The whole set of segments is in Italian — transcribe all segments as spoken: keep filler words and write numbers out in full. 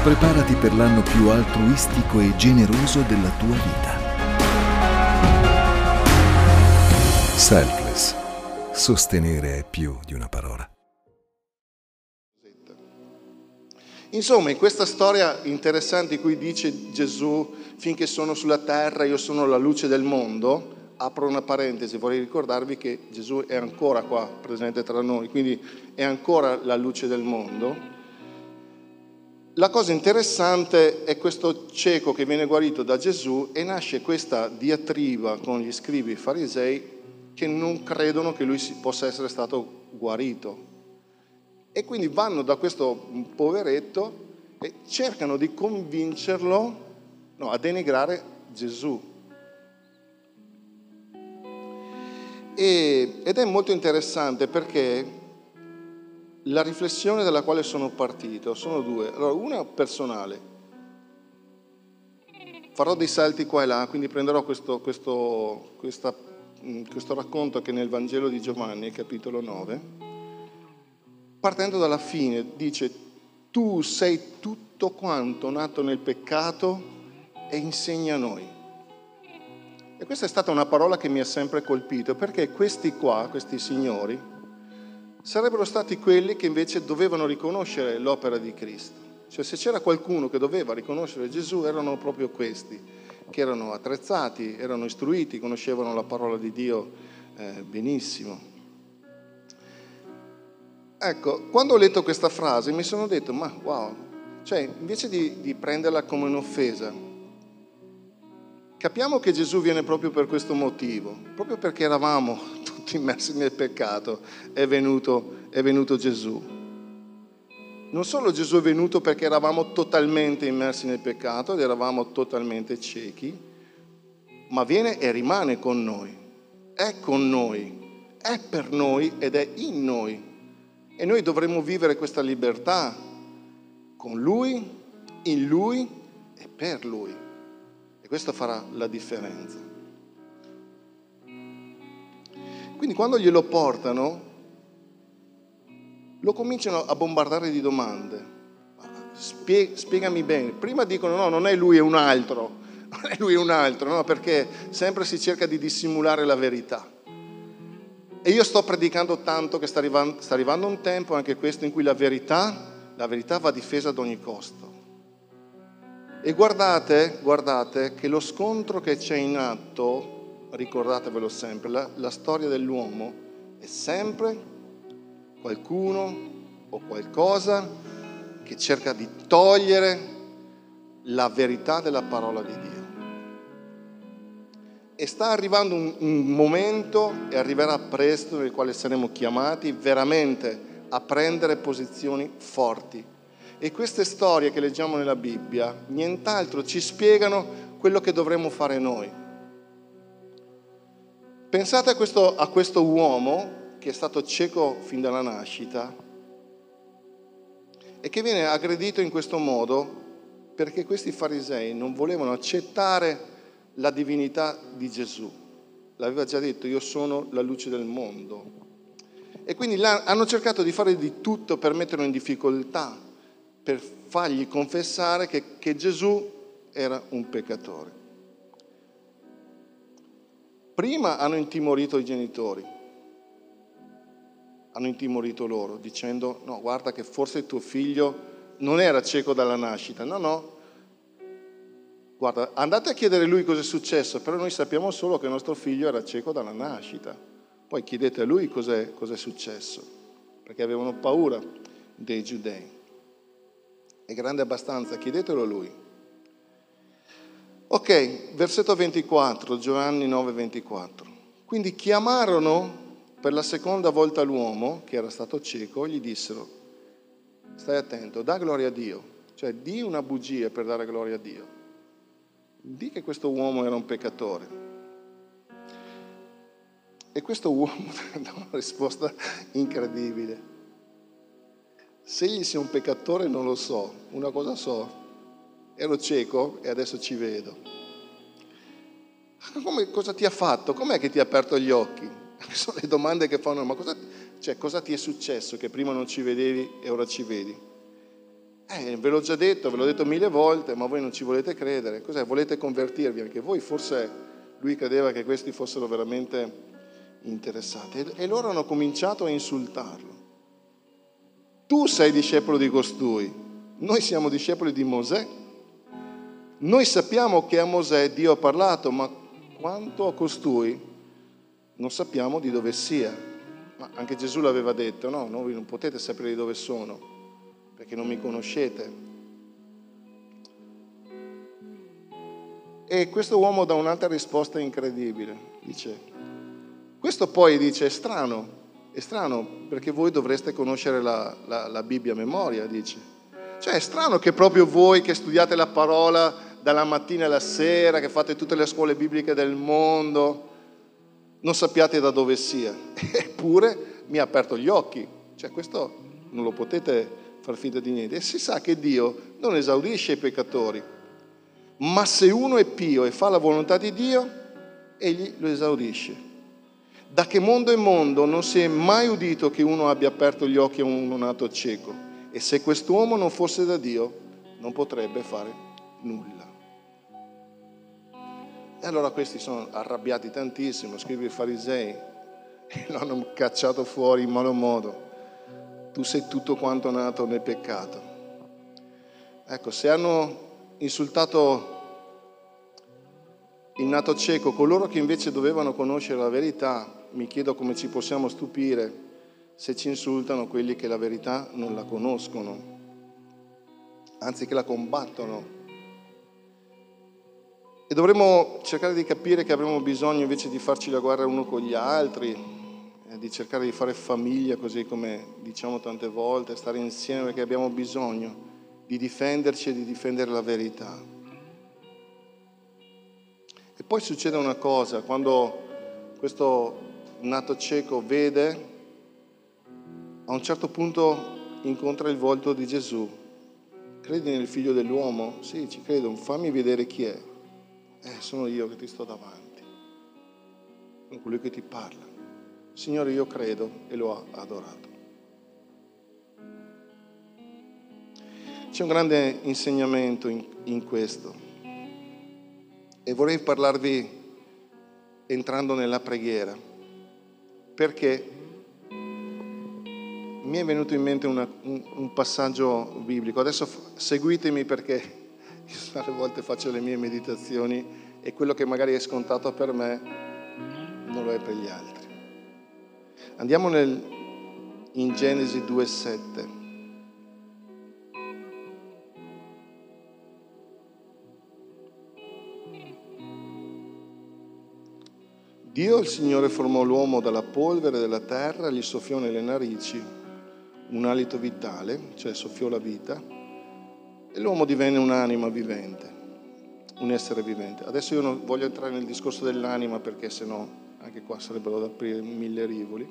Preparati per l'anno più altruistico e generoso della tua vita. Selfless. Sostenere è più di una parola. Insomma, in questa storia interessante in cui dice Gesù: finché sono sulla terra io sono la luce del mondo, apro una parentesi, vorrei ricordarvi che Gesù è ancora qua presente tra noi, quindi è ancora la luce del mondo. La cosa interessante è questo cieco che viene guarito da Gesù e nasce questa diatriba con gli scribi e farisei che non credono che lui possa essere stato guarito. E quindi vanno da questo poveretto e cercano di convincerlo, no, a denigrare Gesù. E, ed è molto interessante perché la riflessione dalla quale sono partito sono due. Allora, una personale. Farò dei salti qua e là, quindi prenderò questo, questo, questa, questo racconto che è nel Vangelo di Giovanni, capitolo nove, partendo dalla fine, dice: tu sei tutto quanto nato nel peccato e insegna a noi. E questa è stata una parola che mi ha sempre colpito, perché questi qua, questi signori, sarebbero stati quelli che invece dovevano riconoscere l'opera di Cristo. Cioè, se c'era qualcuno che doveva riconoscere Gesù, erano proprio questi, che erano attrezzati, erano istruiti, conoscevano la parola di Dio eh, benissimo. Ecco, quando ho letto questa frase mi sono detto: ma wow, cioè invece di, di prenderla come un'offesa, capiamo che Gesù viene proprio per questo motivo, proprio perché eravamo tutti immersi nel peccato, è venuto, è venuto Gesù. Non solo Gesù è venuto perché eravamo totalmente immersi nel peccato ed eravamo totalmente ciechi, ma viene e rimane con noi, è con noi, è per noi ed è in noi. E noi dovremo vivere questa libertà con Lui, in Lui e per Lui. E questo farà la differenza. Quindi quando glielo portano, lo cominciano a bombardare di domande. Spie- spiegami bene. Prima dicono: no, non è lui, è un altro. Non è lui, è un altro, no? Perché sempre si cerca di dissimulare la verità. E io sto predicando tanto che sta arrivando, sta arrivando un tempo, anche questo, in cui la verità, la verità va difesa ad ogni costo. E guardate, guardate che lo scontro che c'è in atto, ricordatevelo sempre, la, la storia dell'uomo è sempre qualcuno o qualcosa che cerca di togliere la verità della parola di Dio. E sta arrivando un, un momento, e arriverà presto, nel quale saremo chiamati veramente a prendere posizioni forti. E queste storie che leggiamo nella Bibbia, nient'altro ci spiegano quello che dovremmo fare noi. Pensate a questo, a questo uomo che è stato cieco fin dalla nascita e che viene aggredito in questo modo perché questi farisei non volevano accettare la divinità di Gesù. L'aveva già detto: io sono la luce del mondo. E quindi hanno cercato di fare di tutto per metterlo in difficoltà, per fargli confessare che, che Gesù era un peccatore. Prima hanno intimorito i genitori, hanno intimorito loro dicendo: no, guarda che forse tuo figlio non era cieco dalla nascita. No, no, guarda, andate a chiedere a lui cosa è successo, però noi sappiamo solo che il nostro figlio era cieco dalla nascita. Poi chiedete a lui cos'è, cos'è successo, perché avevano paura dei giudei. È grande abbastanza, chiedetelo a lui. Ok, versetto ventiquattro, Giovanni nove ventiquattro. Quindi chiamarono per la seconda volta l'uomo che era stato cieco, gli dissero: stai attento, dà gloria a Dio, cioè di una bugia per dare gloria a Dio. Di che questo uomo era un peccatore. E questo uomo dà una risposta incredibile. Se egli sia un peccatore non lo so, una cosa so: ero cieco e adesso ci vedo. Come, cosa ti ha fatto? Com'è che ti ha aperto gli occhi? Sono le domande che fanno, ma cosa, cioè, cosa ti è successo che prima non ci vedevi e ora ci vedi? Eh, ve l'ho già detto, ve l'ho detto mille volte, ma voi non ci volete credere. Cos'è? Volete convertirvi anche voi? Forse lui credeva che questi fossero veramente interessati. E, e loro hanno cominciato a insultarlo. Tu sei discepolo di costui, noi siamo discepoli di Mosè. Noi sappiamo che a Mosè Dio ha parlato, ma quanto a costui non sappiamo di dove sia. Ma anche Gesù l'aveva detto, no? Voi non potete sapere di dove sono, perché non mi conoscete. E questo uomo dà un'altra risposta incredibile. Dice, questo poi dice, è strano, è strano perché voi dovreste conoscere la, la, la Bibbia a memoria, dice. Cioè è strano che proprio voi che studiate la parola dalla mattina alla sera, che fate tutte le scuole bibliche del mondo, non sappiate da dove sia. Eppure mi ha aperto gli occhi. Cioè questo non lo potete far finta di niente. E si sa che Dio non esaudisce i peccatori, ma se uno è pio e fa la volontà di Dio, egli lo esaudisce. Da che mondo è mondo non si è mai udito che uno abbia aperto gli occhi a uno nato cieco, e se quest'uomo non fosse da Dio non potrebbe fare nulla. E allora questi sono arrabbiati tantissimo, scrive i farisei, e lo hanno cacciato fuori in malo modo. Tu sei tutto quanto nato nel peccato. Ecco, se hanno insultato il nato cieco, coloro che invece dovevano conoscere la verità, mi chiedo come ci possiamo stupire se ci insultano quelli che la verità non la conoscono, anzi che la combattono. E dovremmo cercare di capire che avremo bisogno invece di farci la guerra uno con gli altri, eh, di cercare di fare famiglia, così come diciamo tante volte, stare insieme, perché abbiamo bisogno di difenderci e di difendere la verità. E poi succede una cosa, quando questo nato cieco vede, a un certo punto incontra il volto di Gesù. Credi nel figlio dell'uomo? Sì, ci credo, fammi vedere chi è. Eh, sono io che ti sto davanti, sono colui che ti parla. Signore, io credo, e lo ha adorato. C'è un grande insegnamento in, in questo, e vorrei parlarvi entrando nella preghiera, perché mi è venuto in mente una, un, un passaggio biblico. Adesso f- seguitemi, perché io alle volte faccio le mie meditazioni e quello che magari è scontato per me non lo è per gli altri. Andiamo nel, in Genesi due sette. Dio, il Signore, formò l'uomo dalla polvere della terra, gli soffiò nelle narici un alito vitale, cioè soffiò la vita, e l'uomo divenne un'anima vivente, un essere vivente. Adesso io non voglio entrare nel discorso dell'anima, perché sennò anche qua sarebbero da aprire mille rivoli,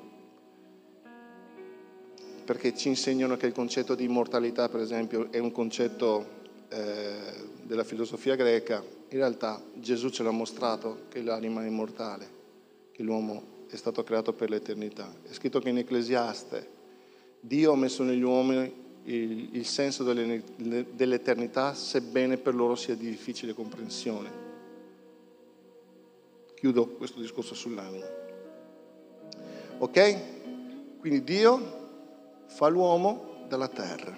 perché ci insegnano che il concetto di immortalità, per esempio, è un concetto eh, della filosofia greca. In realtà Gesù ce l'ha mostrato che l'anima è immortale, che l'uomo è stato creato per l'eternità. È scritto che in Ecclesiaste Dio ha messo negli uomini il, il senso delle, dell'eternità, sebbene per loro sia di difficile comprensione. Chiudo questo discorso sull'anima. Ok? Quindi Dio fa l'uomo dalla terra.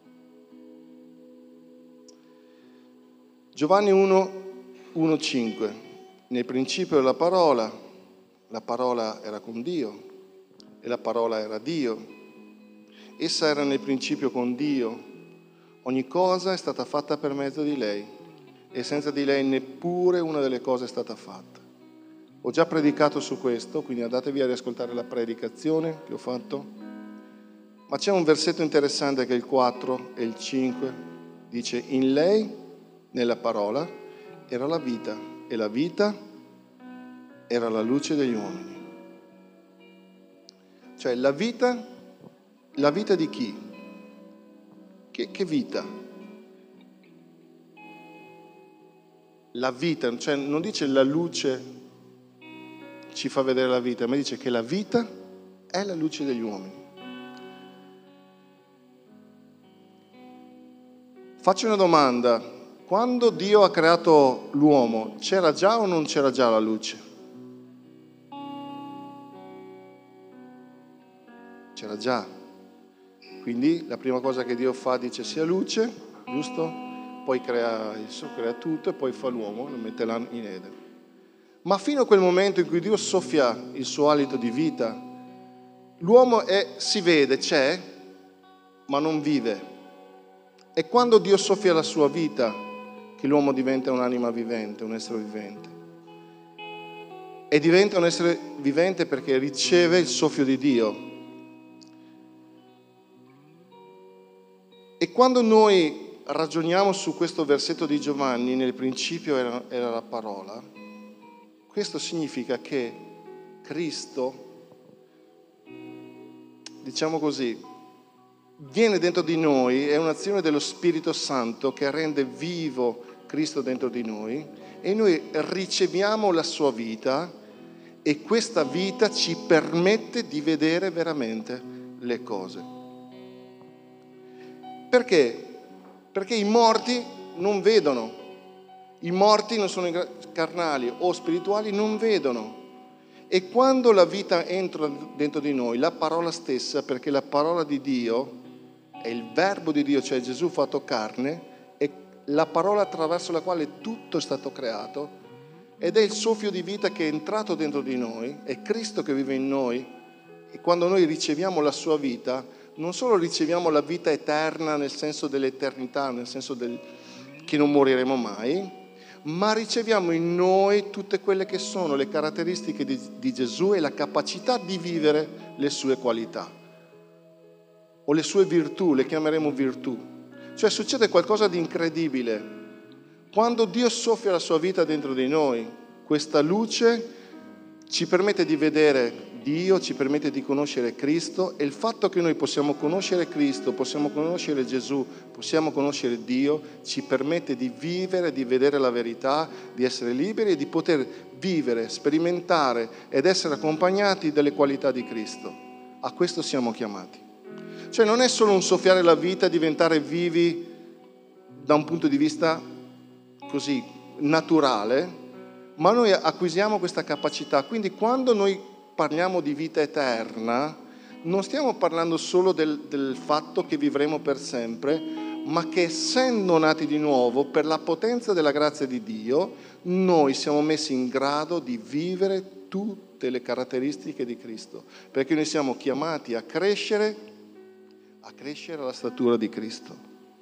Giovanni uno, uno cinque. Nel principio era la parola, la parola era con Dio e la parola era Dio. Essa era nel principio con Dio. Ogni cosa è stata fatta per mezzo di lei, e senza di lei neppure una delle cose è stata fatta. Ho già predicato su questo, quindi andatevi a riascoltare la predicazione che ho fatto. Ma c'è un versetto interessante, che è il quattro e il cinque. Dice: in lei, nella parola, era la vita, e la vita era la luce degli uomini. Cioè la vita, la vita di chi? Che, che vita? La vita, cioè non dice la luce ci fa vedere la vita, ma dice che la vita è la luce degli uomini. Faccio una domanda. Quando Dio ha creato l'uomo, c'era già o non c'era già la luce? C'era già. Quindi la prima cosa che Dio fa, dice sia luce, giusto? Poi crea, crea tutto e poi fa l'uomo, lo mette là in Eden. Ma fino a quel momento in cui Dio soffia il suo alito di vita, l'uomo è, si vede, c'è, ma non vive. E quando Dio soffia la sua vita, che l'uomo diventa un'anima vivente, un essere vivente. E diventa un essere vivente perché riceve il soffio di Dio. E quando noi ragioniamo su questo versetto di Giovanni, nel principio era, era la parola, questo significa che Cristo, diciamo così, viene dentro di noi, è un'azione dello Spirito Santo che rende vivo Cristo dentro di noi e noi riceviamo la sua vita e questa vita ci permette di vedere veramente le cose. Perché? Perché i morti non vedono, i morti non sono carnali o spirituali, non vedono. E quando la vita entra dentro di noi, la parola stessa, perché la parola di Dio è il verbo di Dio, cioè Gesù fatto carne, è la parola attraverso la quale tutto è stato creato, ed è il soffio di vita che è entrato dentro di noi, è Cristo che vive in noi, e quando noi riceviamo la sua vita, non solo riceviamo la vita eterna nel senso dell'eternità, nel senso del, che non moriremo mai, ma riceviamo in noi tutte quelle che sono le caratteristiche di, di Gesù e la capacità di vivere le sue qualità o le sue virtù, le chiameremo virtù. Cioè succede qualcosa di incredibile. Quando Dio soffia la sua vita dentro di noi, questa luce ci permette di vedere Dio, ci permette di conoscere Cristo, e il fatto che noi possiamo conoscere Cristo, possiamo conoscere Gesù, possiamo conoscere Dio, ci permette di vivere, di vedere la verità, di essere liberi e di poter vivere, sperimentare ed essere accompagnati dalle qualità di Cristo. A questo siamo chiamati. Cioè non è solo un soffiare la vita, diventare vivi da un punto di vista così naturale, ma noi acquisiamo questa capacità. Quindi quando noi parliamo di vita eterna, non stiamo parlando solo del, del fatto che vivremo per sempre, ma che essendo nati di nuovo, per la potenza della grazia di Dio, noi siamo messi in grado di vivere tutte le caratteristiche di Cristo, perché noi siamo chiamati a crescere, a crescere alla statura di Cristo.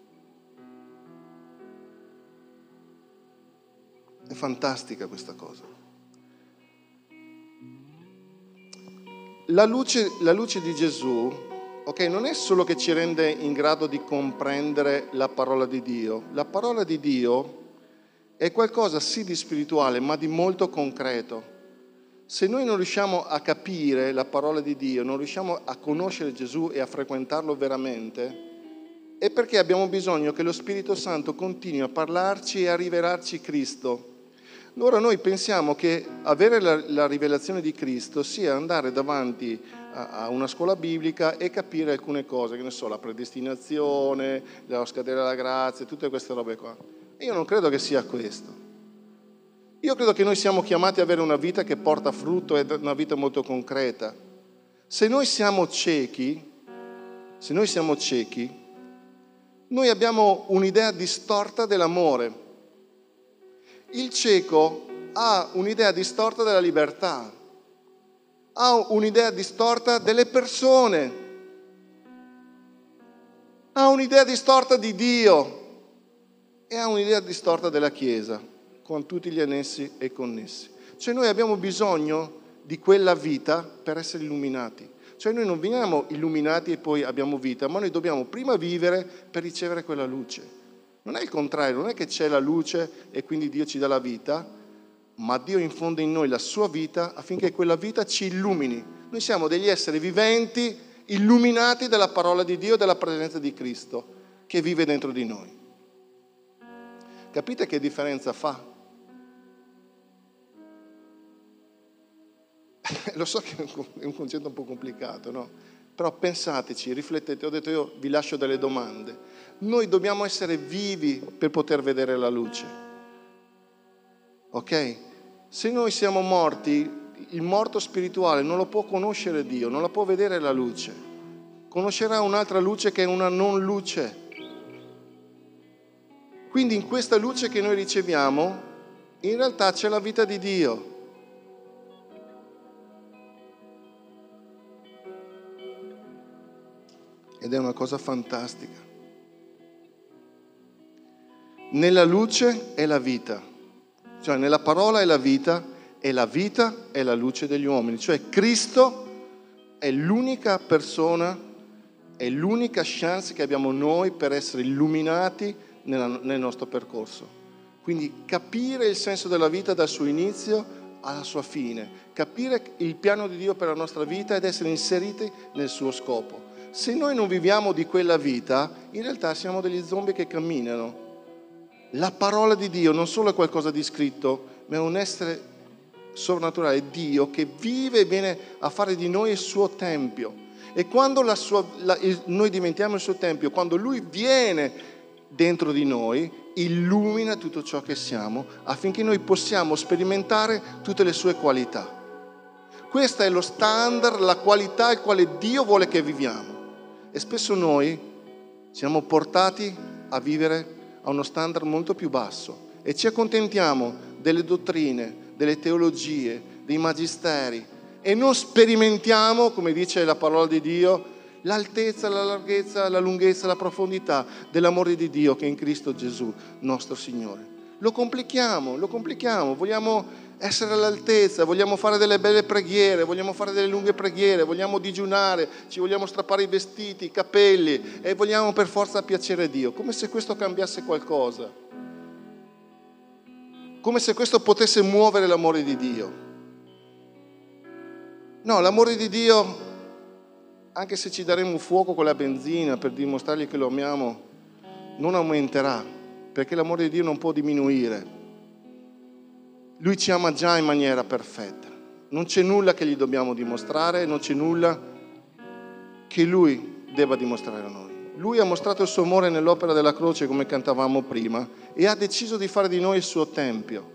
È fantastica questa cosa. La luce, la luce di Gesù, ok, non è solo che ci rende in grado di comprendere la parola di Dio. La parola di Dio è qualcosa sì di spirituale, ma di molto concreto. Se noi non riusciamo a capire la parola di Dio, non riusciamo a conoscere Gesù e a frequentarlo veramente, è perché abbiamo bisogno che lo Spirito Santo continui a parlarci e a rivelarci Cristo. Ora noi pensiamo che avere la, la rivelazione di Cristo sia andare davanti a, a una scuola biblica e capire alcune cose, che ne so, la predestinazione, lo scadere della grazia, tutte queste robe qua. Io non credo che sia questo. Io credo che noi siamo chiamati ad avere una vita che porta frutto ed una vita molto concreta. Se noi siamo ciechi, se noi siamo ciechi, noi abbiamo un'idea distorta dell'amore. Il cieco ha un'idea distorta della libertà, ha un'idea distorta delle persone, ha un'idea distorta di Dio e ha un'idea distorta della Chiesa, con tutti gli annessi e connessi. Cioè noi abbiamo bisogno di quella vita per essere illuminati. Cioè noi non veniamo illuminati e poi abbiamo vita, ma noi dobbiamo prima vivere per ricevere quella luce. Non è il contrario, non è che c'è la luce e quindi Dio ci dà la vita, ma Dio infonde in noi la sua vita affinché quella vita ci illumini. Noi siamo degli esseri viventi, illuminati dalla parola di Dio e dalla presenza di Cristo che vive dentro di noi. Capite che differenza fa? Lo so che è un concetto un po' complicato, no? Però pensateci, riflettete, ho detto io vi lascio delle domande. Noi dobbiamo essere vivi per poter vedere la luce. Ok? Se noi siamo morti, il morto spirituale non lo può conoscere Dio, non la può vedere la luce. Conoscerà un'altra luce che è una non luce. Quindi in questa luce che noi riceviamo, in realtà c'è la vita di Dio. Ed è una cosa fantastica. Nella luce è la vita, cioè nella parola è la vita, e la vita è la luce degli uomini. Cioè Cristo è l'unica persona, è l'unica chance che abbiamo noi per essere illuminati nella, nel nostro percorso. Quindi capire il senso della vita dal suo inizio alla sua fine, capire il piano di Dio per la nostra vita ed essere inseriti nel suo scopo. Se noi non viviamo di quella vita, in realtà siamo degli zombie che camminano. La parola di Dio non solo è qualcosa di scritto, ma è un essere sovrannaturale, è Dio che vive e viene a fare di noi il suo tempio. E quando la sua, la, il, noi diventiamo il suo tempio, quando Lui viene dentro di noi, illumina tutto ciò che siamo, affinché noi possiamo sperimentare tutte le sue qualità. Questo è lo standard, la qualità al quale Dio vuole che viviamo. E spesso noi siamo portati a vivere a uno standard molto più basso e ci accontentiamo delle dottrine, delle teologie, dei magisteri e non sperimentiamo, come dice la parola di Dio, l'altezza, la larghezza, la lunghezza, la profondità dell'amore di Dio che è in Cristo Gesù, nostro Signore. Lo complichiamo, lo complichiamo, vogliamo essere all'altezza, vogliamo fare delle belle preghiere, vogliamo fare delle lunghe preghiere, vogliamo digiunare, ci vogliamo strappare i vestiti, i capelli e vogliamo per forza piacere Dio, come se questo cambiasse qualcosa, come se questo potesse muovere l'amore di Dio. No, l'amore di Dio, anche se ci daremo fuoco con la benzina per dimostrargli che lo amiamo, non aumenterà, perché l'amore di Dio non può diminuire. Lui ci ama già in maniera perfetta. Non c'è nulla che gli dobbiamo dimostrare, non c'è nulla che Lui debba dimostrare a noi. Lui ha mostrato il suo amore nell'opera della croce, come cantavamo prima, e ha deciso di fare di noi il suo tempio.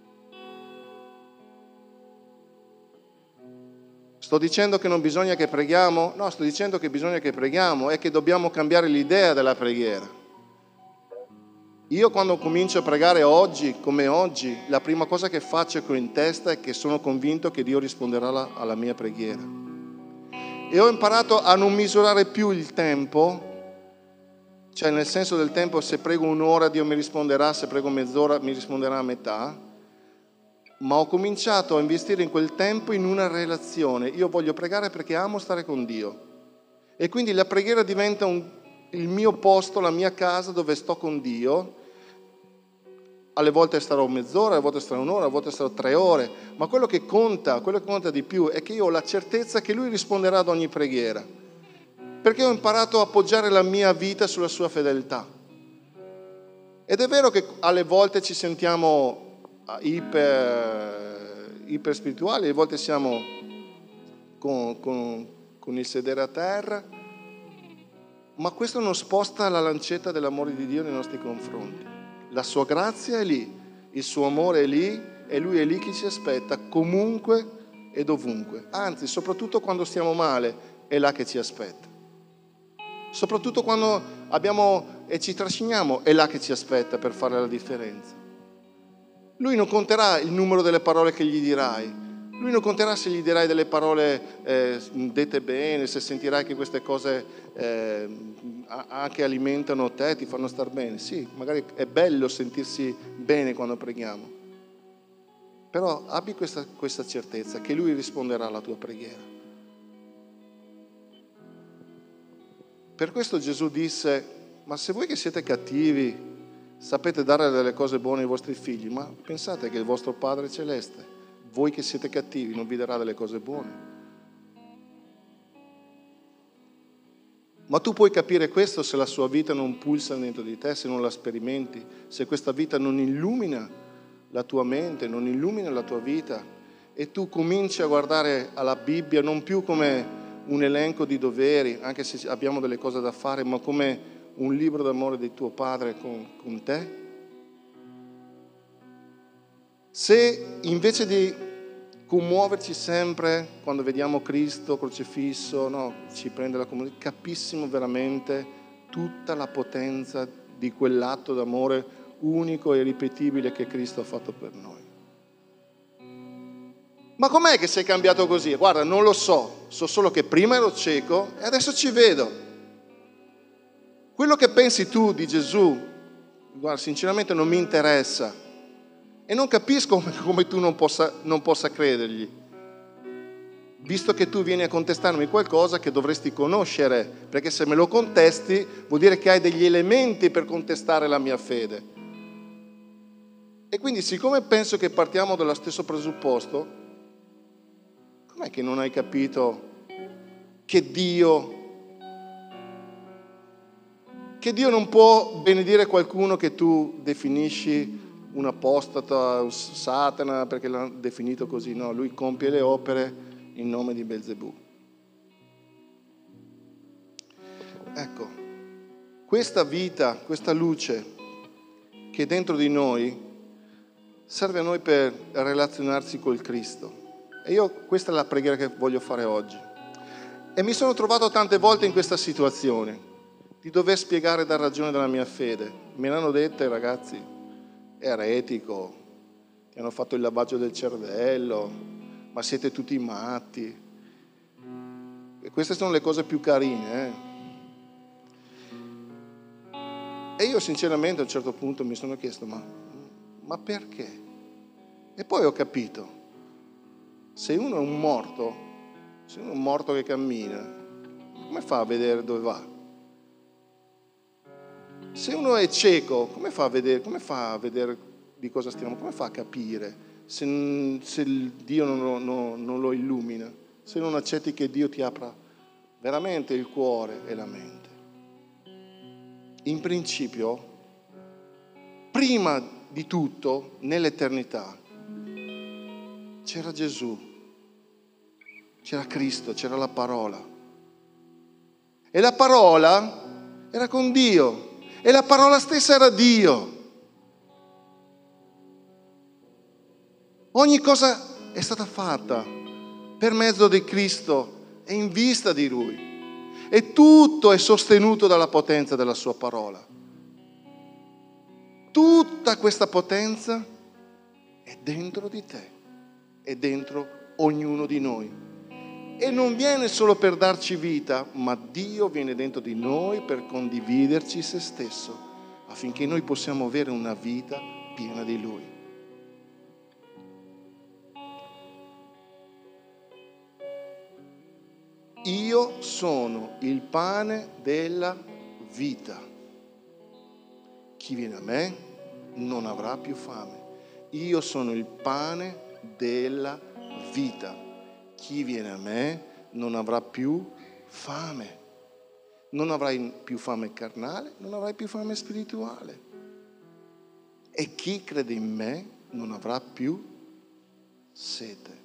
Sto dicendo che non bisogna che preghiamo? No, sto dicendo che bisogna che preghiamo, è che dobbiamo cambiare l'idea della preghiera. Io quando comincio a pregare oggi, come oggi, la prima cosa che faccio che ho in testa è che sono convinto che Dio risponderà alla, alla mia preghiera. E ho imparato a non misurare più il tempo, cioè nel senso del tempo, se prego un'ora Dio mi risponderà, se prego mezz'ora mi risponderà a metà, ma ho cominciato a investire in quel tempo in una relazione. Io voglio pregare perché amo stare con Dio. E quindi la preghiera diventa un il mio posto, la mia casa dove sto con Dio. Alle volte starò mezz'ora, alle volte starò un'ora, alle volte starò tre ore, ma quello che conta, quello che conta di più è che io ho la certezza che Lui risponderà ad ogni preghiera, perché ho imparato a appoggiare la mia vita sulla sua fedeltà. Ed è vero che alle volte ci sentiamo iper, iper spirituali, alle volte siamo con, con, con il sedere a terra, ma questo non sposta la lancetta dell'amore di Dio nei nostri confronti. La sua grazia è lì, il suo amore è lì e Lui è lì che ci aspetta comunque e dovunque. Anzi, soprattutto quando stiamo male, è là che ci aspetta. Soprattutto quando abbiamo e ci trasciniamo, è là che ci aspetta per fare la differenza. Lui non conterà il numero delle parole che gli dirai. Lui non conterà se gli dirai delle parole eh, dette bene, se sentirai che queste cose eh, anche alimentano te, ti fanno star bene. Sì, magari è bello sentirsi bene quando preghiamo. Però abbi questa, questa certezza che Lui risponderà alla tua preghiera. Per questo Gesù disse, ma se voi che siete cattivi sapete dare delle cose buone ai vostri figli, ma pensate che il vostro Padre Celeste, voi che siete cattivi, non vi darà delle cose buone? Ma tu puoi capire questo se la sua vita non pulsa dentro di te, se non la sperimenti, se questa vita non illumina la tua mente, non illumina la tua vita e tu cominci a guardare alla Bibbia non più come un elenco di doveri, anche se abbiamo delle cose da fare, ma come un libro d'amore di tuo Padre con, con te? Se invece di commuoverci sempre quando vediamo Cristo crocifisso, no, ci prende la comunione, capissimo veramente tutta la potenza di quell'atto d'amore unico e irripetibile che Cristo ha fatto per noi. Ma com'è che sei cambiato così? Guarda, non lo so, so solo che prima ero cieco e adesso ci vedo. Quello che pensi tu di Gesù, guarda, sinceramente non mi interessa e non capisco come, come tu non possa, non possa credergli, visto che tu vieni a contestarmi qualcosa che dovresti conoscere, perché se me lo contesti vuol dire che hai degli elementi per contestare la mia fede. E quindi, siccome penso che partiamo dallo stesso presupposto, com'è che non hai capito che Dio, che Dio non può benedire qualcuno che tu definisci un apostata, un Satana, perché l'ha definito così? No, lui compie le opere in nome di Belzebù. Ecco, questa vita, questa luce che è dentro di noi serve a noi per relazionarci col Cristo. E io, questa è la preghiera che voglio fare oggi. E mi sono trovato tante volte in questa situazione di dover spiegare la ragione della mia fede. Me l'hanno detto i ragazzi, è eretico, ti hanno fatto il lavaggio del cervello, ma siete tutti matti. E queste sono le cose più carine, eh? E io sinceramente a un certo punto mi sono chiesto, ma, ma perché? E poi ho capito, se uno è un morto, se uno è un morto che cammina, come fa a vedere dove va? Se uno è cieco, come fa a vedere, come fa a vedere di cosa stiamo, come fa a capire se, se Dio non lo, no, non lo illumina, se non accetti che Dio ti apra veramente il cuore e la mente? In principio, prima di tutto, nell'eternità, c'era Gesù, c'era Cristo, c'era la parola. E la parola era con Dio. E la parola stessa era Dio. Ogni cosa è stata fatta per mezzo di Cristo e in vista di Lui. E tutto è sostenuto dalla potenza della sua parola. Tutta questa potenza è dentro di te, è dentro ognuno di noi. E non viene solo per darci vita, ma Dio viene dentro di noi per condividerci se stesso, affinché noi possiamo avere una vita piena di Lui. Io sono il pane della vita. Chi viene a me non avrà più fame. Io sono il pane della vita. Chi viene a me non avrà più fame. Non avrai più fame carnale, non avrai più fame spirituale. E chi crede in me non avrà più sete.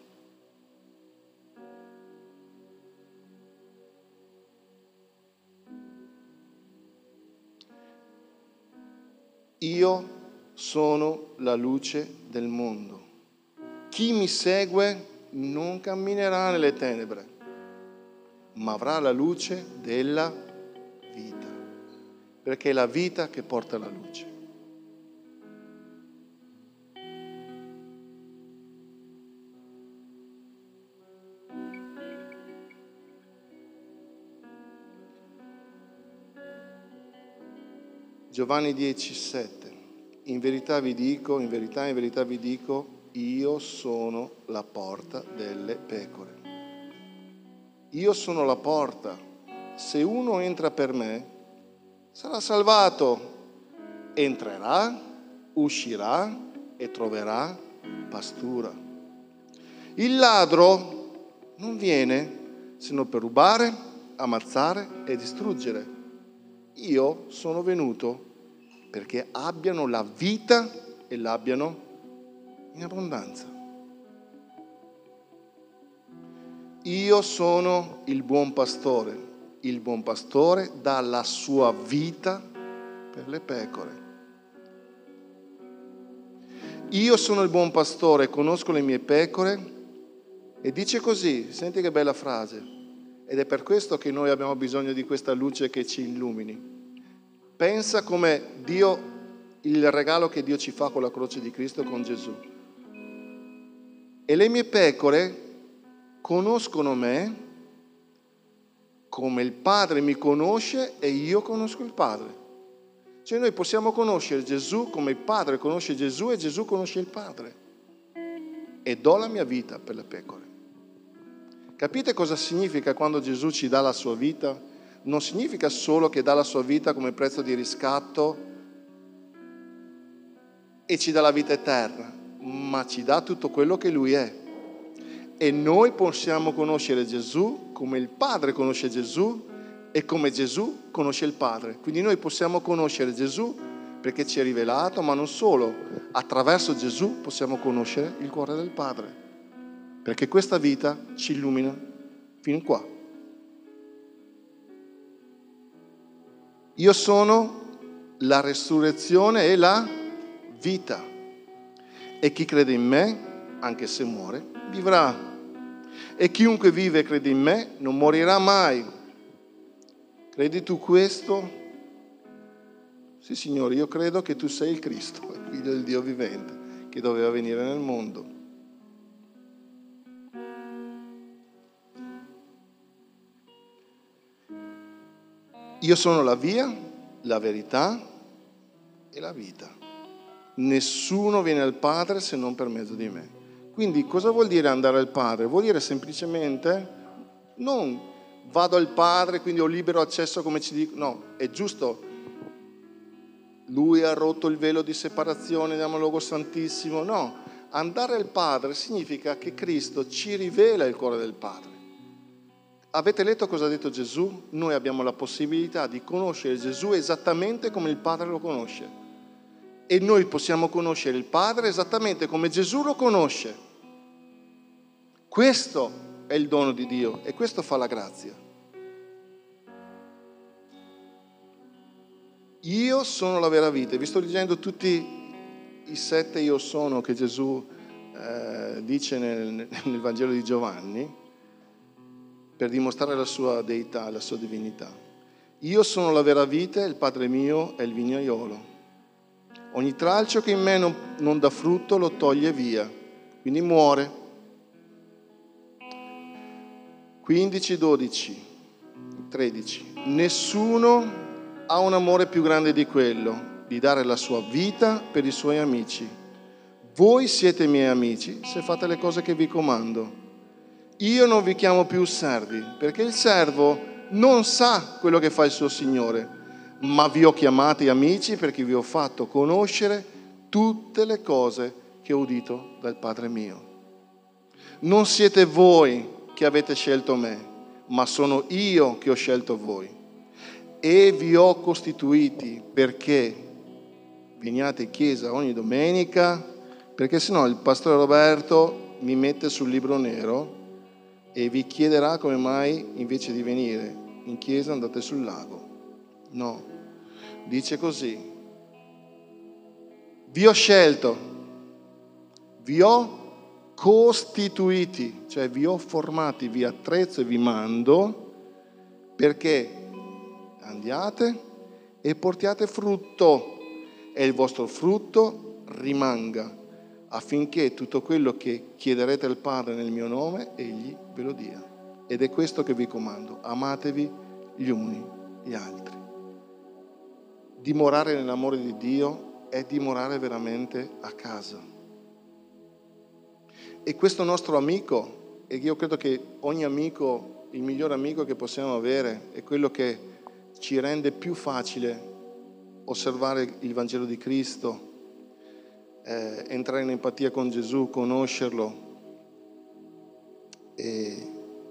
Io sono la luce del mondo. Chi mi segue non camminerà nelle tenebre, ma avrà la luce della vita, perché è la vita che porta la luce. Giovanni dieci sette. In verità vi dico, in verità, in verità vi dico, io sono la porta delle pecore. Io sono la porta. Se uno entra per me, sarà salvato. Entrerà, uscirà e troverà pastura. Il ladro non viene se non per rubare, ammazzare e distruggere. Io sono venuto perché abbiano la vita e l'abbiano in abbondanza. Io sono il buon pastore. Il buon pastore dà la sua vita per le pecore. Io sono il buon pastore, conosco le mie pecore. E dice così, senti che bella frase. Ed è per questo che noi abbiamo bisogno di questa luce che ci illumini. Pensa come Dio, il regalo che Dio ci fa con la croce di Cristo, con Gesù. E le mie pecore conoscono me come il Padre mi conosce e io conosco il Padre. Cioè noi possiamo conoscere Gesù come il Padre conosce Gesù e Gesù conosce il Padre. E do la mia vita per le pecore. Capite cosa significa quando Gesù ci dà la sua vita? Non significa solo che dà la sua vita come prezzo di riscatto e ci dà la vita eterna, ma ci dà tutto quello che Lui è. E noi possiamo conoscere Gesù come il Padre conosce Gesù e come Gesù conosce il Padre. Quindi noi possiamo conoscere Gesù perché ci è rivelato, ma non solo. Attraverso Gesù possiamo conoscere il cuore del Padre. Perché questa vita ci illumina fino qua. Io sono la resurrezione e la vita. E chi crede in me, anche se muore, vivrà. E chiunque vive e crede in me non morirà mai. Credi tu questo? Sì, Signore, io credo che tu sei il Cristo, il Figlio del Dio vivente, che doveva venire nel mondo. Io sono la via, la verità e la vita. Nessuno viene al Padre se non per mezzo di me. Quindi cosa vuol dire andare al Padre? Vuol dire semplicemente non vado al Padre, quindi ho libero accesso come ci dico. No, è giusto. Lui ha rotto il velo di separazione dal luogo santissimo. No, andare al Padre significa che Cristo ci rivela il cuore del Padre. Avete letto cosa ha detto Gesù? Noi abbiamo la possibilità di conoscere Gesù esattamente come il Padre lo conosce. E noi possiamo conoscere il Padre esattamente come Gesù lo conosce. Questo è il dono di Dio e questo fa la grazia. Io sono la vera vita. Vi sto leggendo tutti i sette io sono che Gesù eh, dice nel, nel Vangelo di Giovanni, per dimostrare la sua deità, la sua divinità. Io sono la vera vita, il Padre mio è il vignaiolo. Ogni tralcio che in me non, non dà frutto lo toglie via, quindi muore. quindici, dodici, tredici. Nessuno ha un amore più grande di quello, di dare la sua vita per i suoi amici. Voi siete miei amici se fate le cose che vi comando. Io non vi chiamo più servi, perché il servo non sa quello che fa il suo Signore, ma vi ho chiamati amici perché vi ho fatto conoscere tutte le cose che ho udito dal Padre mio. Non siete voi che avete scelto me, ma sono io che ho scelto voi. E vi ho costituiti perché veniate in chiesa ogni domenica, perché sennò il pastore Roberto mi mette sul libro nero e vi chiederà come mai invece di venire in chiesa andate sul lago. No, dice così: vi ho scelto, vi ho costituiti, cioè vi ho formati, vi attrezzo e vi mando perché andiate e portiate frutto e il vostro frutto rimanga, affinché tutto quello che chiederete al Padre nel mio nome, Egli ve lo dia. Ed è questo che vi comando: amatevi gli uni gli altri. Dimorare nell'amore di Dio è dimorare veramente a casa. E questo nostro amico, e io credo che ogni amico, il miglior amico che possiamo avere, è quello che ci rende più facile osservare il Vangelo di Cristo, eh, entrare in empatia con Gesù, conoscerlo. E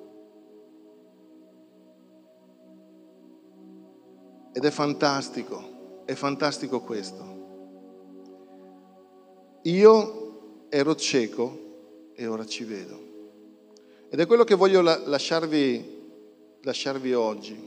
Ed è fantastico, è fantastico questo. Io ero cieco e ora ci vedo. Ed è quello che voglio la- lasciarvi, lasciarvi oggi.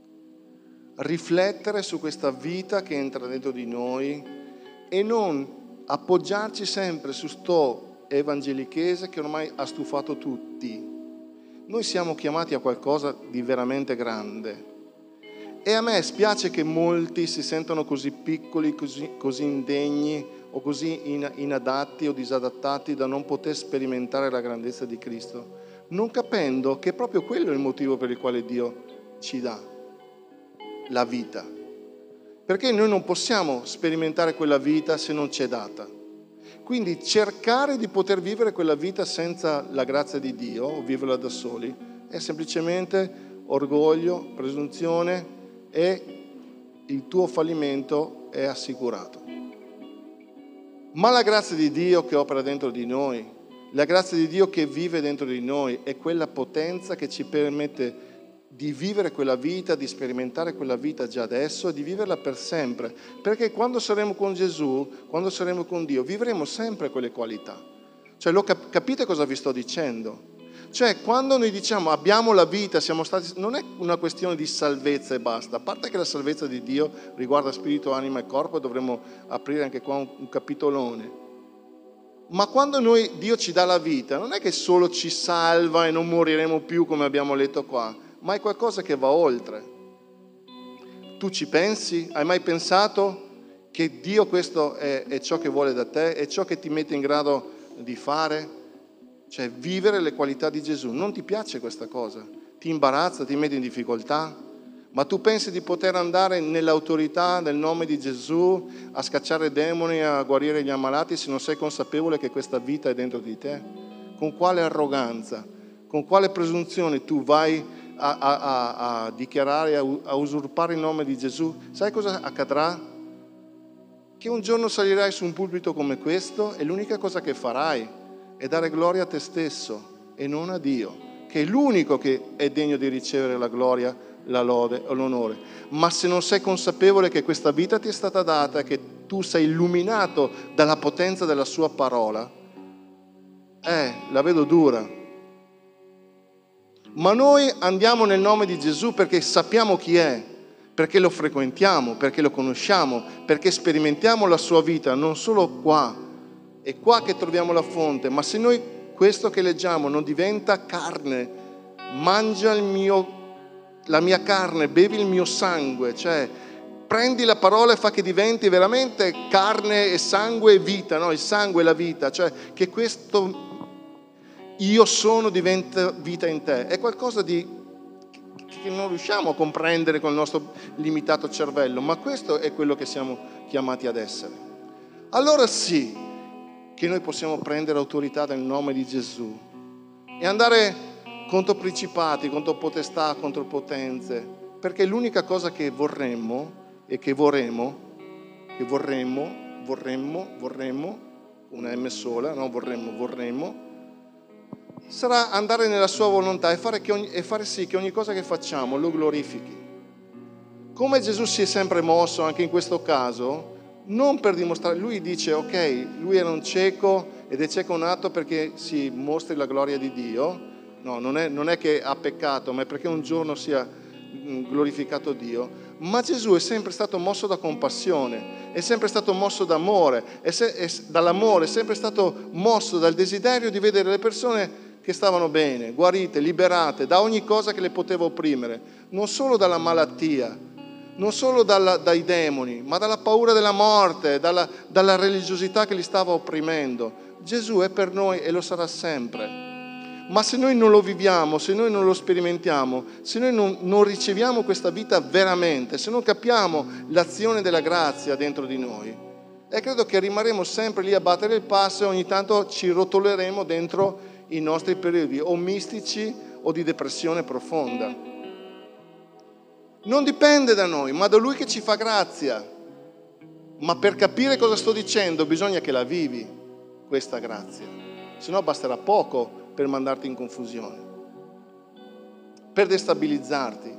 Riflettere su questa vita che entra dentro di noi e non appoggiarci sempre su sto evangelichese che ormai ha stufato tutti. Noi siamo chiamati a qualcosa di veramente grande e a me spiace che molti si sentono così piccoli, così, così indegni o così in, inadatti o disadattati da non poter sperimentare la grandezza di Cristo, non capendo che proprio quello è il motivo per il quale Dio ci dà la vita. Perché noi non possiamo sperimentare quella vita se non ci è data. Quindi cercare di poter vivere quella vita senza la grazia di Dio o viverla da soli è semplicemente orgoglio, presunzione e il tuo fallimento è assicurato. Ma la grazia di Dio che opera dentro di noi, la grazia di Dio che vive dentro di noi è quella potenza che ci permette di vivere quella vita, di sperimentare quella vita già adesso e di viverla per sempre. Perché quando saremo con Gesù, quando saremo con Dio, vivremo sempre quelle qualità. Cioè, lo cap- capite cosa vi sto dicendo? Cioè, quando noi diciamo abbiamo la vita, siamo stati, non è una questione di salvezza e basta. A parte che la salvezza di Dio riguarda spirito, anima e corpo, e dovremmo aprire anche qua un, un capitolone. Ma quando noi, Dio ci dà la vita, non è che solo ci salva e non moriremo più come abbiamo letto qua, ma è qualcosa che va oltre. Tu ci pensi? Hai mai pensato che Dio questo è, è ciò che vuole da te? È ciò che ti mette in grado di fare? Cioè vivere le qualità di Gesù. Non ti piace questa cosa? Ti imbarazza, ti mette in difficoltà? Ma tu pensi di poter andare nell'autorità del nome di Gesù a scacciare demoni, a guarire gli ammalati se non sei consapevole che questa vita è dentro di te? Con quale arroganza, con quale presunzione tu vai a, a, a, a dichiarare, a, a usurpare il nome di Gesù? Sai cosa accadrà? Che un giorno salirai su un pulpito come questo e l'unica cosa che farai è dare gloria a te stesso e non a Dio, che è l'unico che è degno di ricevere la gloria, la lode o l'onore. Ma se non sei consapevole che questa vita ti è stata data, che tu sei illuminato dalla potenza della sua parola, eh, la vedo dura. Ma noi andiamo nel nome di Gesù perché sappiamo chi è, perché lo frequentiamo, perché lo conosciamo, perché sperimentiamo la sua vita, non solo qua. È qua che troviamo la fonte, ma se noi questo che leggiamo non diventa carne, mangia il mio, la mia carne, bevi il mio sangue, cioè prendi la parola e fa che diventi veramente carne e sangue e vita, no? Il sangue e la vita, cioè che questo io sono diventa vita in te. È qualcosa di che non riusciamo a comprendere con il nostro limitato cervello, ma questo è quello che siamo chiamati ad essere. Allora sì, che noi possiamo prendere autorità nel nome di Gesù e andare contro principati, contro potestà, contro potenze, perché l'unica cosa che vorremmo e che vorremmo, che vorremmo, vorremmo, vorremmo, una M sola, no, vorremmo, vorremmo, sarà andare nella sua volontà e fare, che ogni, e fare sì che ogni cosa che facciamo lo glorifichi. Come Gesù si è sempre mosso anche in questo caso, non per dimostrare, lui dice ok, lui era un cieco ed è cieco nato perché si mostri la gloria di Dio, no, non è, non è che ha peccato, ma è perché un giorno sia glorificato Dio, ma Gesù è sempre stato mosso da compassione, è sempre stato mosso d'amore, è se, è, dall'amore, è sempre stato mosso dal desiderio di vedere le persone che stavano bene, guarite, liberate da ogni cosa che le poteva opprimere, non solo dalla malattia, non solo dalla, dai demoni, ma dalla paura della morte, dalla, dalla religiosità che li stava opprimendo. Gesù è per noi e lo sarà sempre. Ma se noi non lo viviamo, se noi non lo sperimentiamo, se noi non, non riceviamo questa vita veramente, se non capiamo l'azione della grazia dentro di noi, e credo che rimarremo sempre lì a battere il passo e ogni tanto ci rotoleremo dentro i nostri periodi o mistici o di depressione profonda. Non dipende da noi, ma da Lui che ci fa grazia. Ma per capire cosa sto dicendo bisogna che la vivi, questa grazia. Se no basterà poco per mandarti in confusione, per destabilizzarti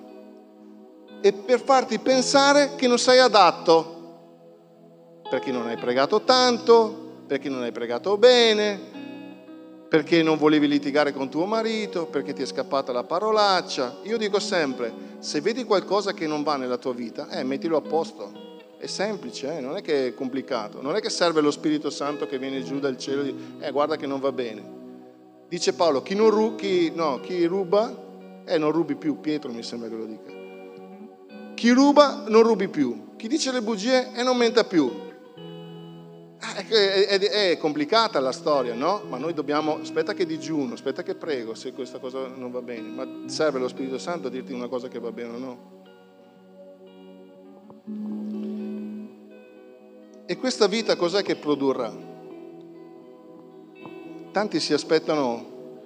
e per farti pensare che non sei adatto, perché non hai pregato tanto, perché non hai pregato bene, perché non volevi litigare con tuo marito, perché ti è scappata la parolaccia. Io dico sempre, se vedi qualcosa che non va nella tua vita, eh, mettilo a posto. È semplice, eh? Non è che è complicato. Non è che serve lo Spirito Santo che viene giù dal cielo e dice, eh, guarda che non va bene. Dice Paolo, chi, non ru- chi, no, chi ruba, eh, non rubi più. Pietro mi sembra che lo dica. Chi ruba, non rubi più. Chi dice le bugie, e eh, non menta più. È, è, è complicata la storia, no? Ma noi dobbiamo, aspetta che digiuno, aspetta che prego se questa cosa non va bene, ma serve lo Spirito Santo a dirti una cosa che va bene o no? E questa vita cos'è che produrrà? Tanti si aspettano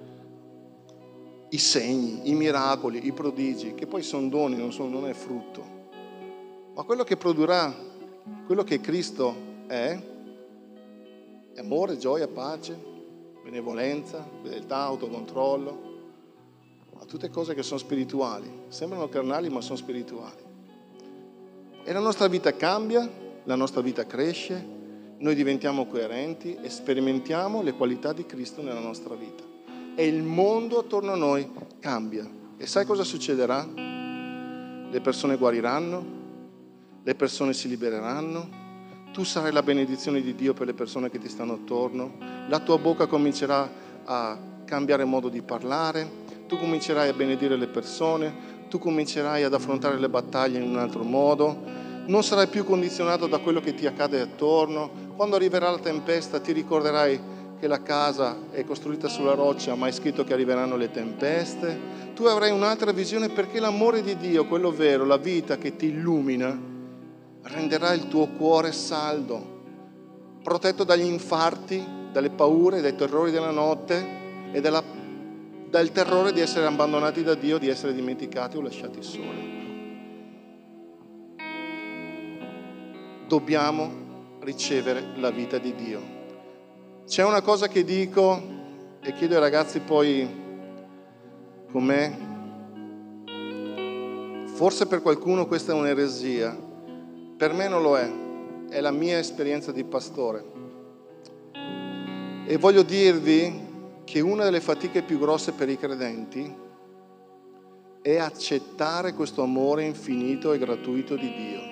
i segni, i miracoli, i prodigi, che poi sono doni, non, sono, non è frutto. Ma quello che produrrà, quello che Cristo è, è amore, gioia, pace, benevolenza, fedeltà, autocontrollo, ma tutte cose che sono spirituali. Sembrano carnali, ma sono spirituali. E la nostra vita cambia, la nostra vita cresce, noi diventiamo coerenti e sperimentiamo le qualità di Cristo nella nostra vita. E il mondo attorno a noi cambia. E sai cosa succederà? Le persone guariranno, le persone si libereranno, tu sarai la benedizione di Dio per le persone che ti stanno attorno, la tua bocca comincerà a cambiare modo di parlare, tu comincerai a benedire le persone, tu comincerai ad affrontare le battaglie in un altro modo, non sarai più condizionato da quello che ti accade attorno. Quando arriverà la tempesta ti ricorderai che la casa è costruita sulla roccia, ma è scritto che arriveranno le tempeste. Tu avrai un'altra visione, perché l'amore di Dio, quello vero, la vita che ti illumina, renderà il tuo cuore saldo, protetto dagli infarti, dalle paure, dai terrori della notte e dalla, dal terrore di essere abbandonati da Dio, di essere dimenticati o lasciati soli. Dobbiamo ricevere la vita di Dio. C'è una cosa che dico e chiedo ai ragazzi poi con me, forse per qualcuno questa è un'eresia, per me non lo è, è la mia esperienza di pastore. E voglio dirvi che una delle fatiche più grosse per i credenti è accettare questo amore infinito e gratuito di Dio.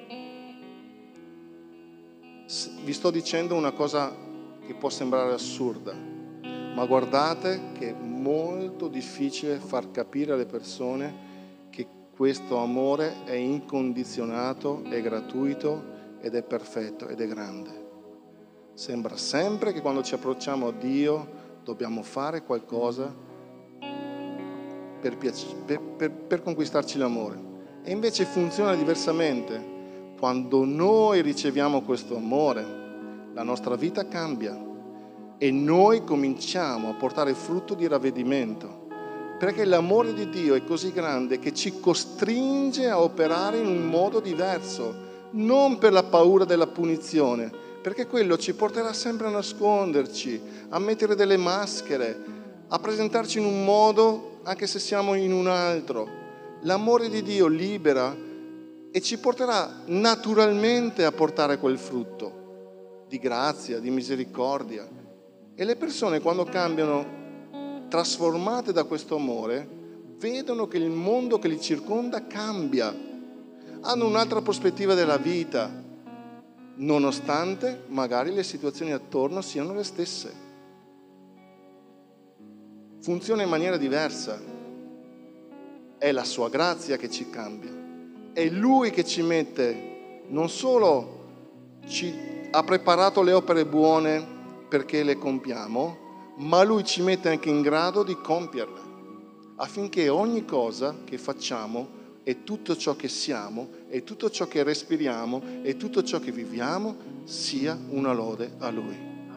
Vi sto dicendo una cosa che può sembrare assurda, ma guardate che è molto difficile far capire alle persone che questo amore è incondizionato, è gratuito ed è perfetto ed è grande. Sembra sempre che quando ci approcciamo a Dio dobbiamo fare qualcosa per, piac- per, per, per conquistarci l'amore, e invece funziona diversamente. Quando noi riceviamo questo amore, la nostra vita cambia e noi cominciamo a portare frutto di ravvedimento, perché l'amore di Dio è così grande che ci costringe a operare in un modo diverso, non per la paura della punizione, perché quello ci porterà sempre a nasconderci, a mettere delle maschere, a presentarci in un modo anche se siamo in un altro. L'amore di Dio libera e ci porterà naturalmente a portare quel frutto di grazia, di misericordia. E le persone, quando cambiano, trasformate da questo amore, vedono che il mondo che li circonda cambia, hanno un'altra prospettiva della vita, nonostante magari le situazioni attorno siano le stesse. Funziona in maniera diversa. È la sua grazia che ci cambia. È Lui che ci mette, non solo ci ha preparato le opere buone perché le compiamo, ma Lui ci mette anche in grado di compierle, affinché ogni cosa che facciamo e tutto ciò che siamo e tutto ciò che respiriamo e tutto ciò che viviamo sia una lode a Lui.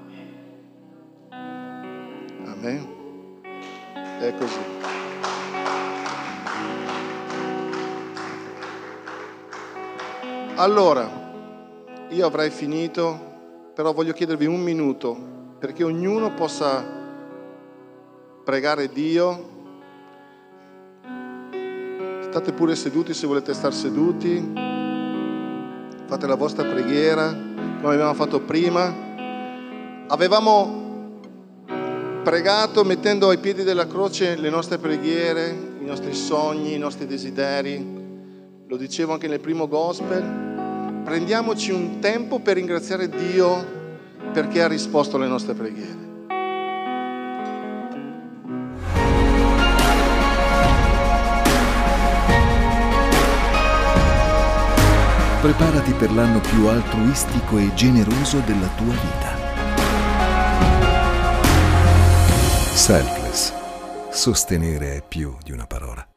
Amen. È così. Allora, io avrei finito, però voglio chiedervi un minuto perché ognuno possa pregare Dio. State pure seduti se volete star seduti, fate la vostra preghiera come abbiamo fatto prima. Avevamo pregato mettendo ai piedi della croce le nostre preghiere, i nostri sogni, i nostri desideri. Lo dicevo anche nel primo gospel. Prendiamoci un tempo per ringraziare Dio perché ha risposto alle nostre preghiere. Preparati per l'anno più altruistico e generoso della tua vita. Selfless. Sostenere è più di una parola.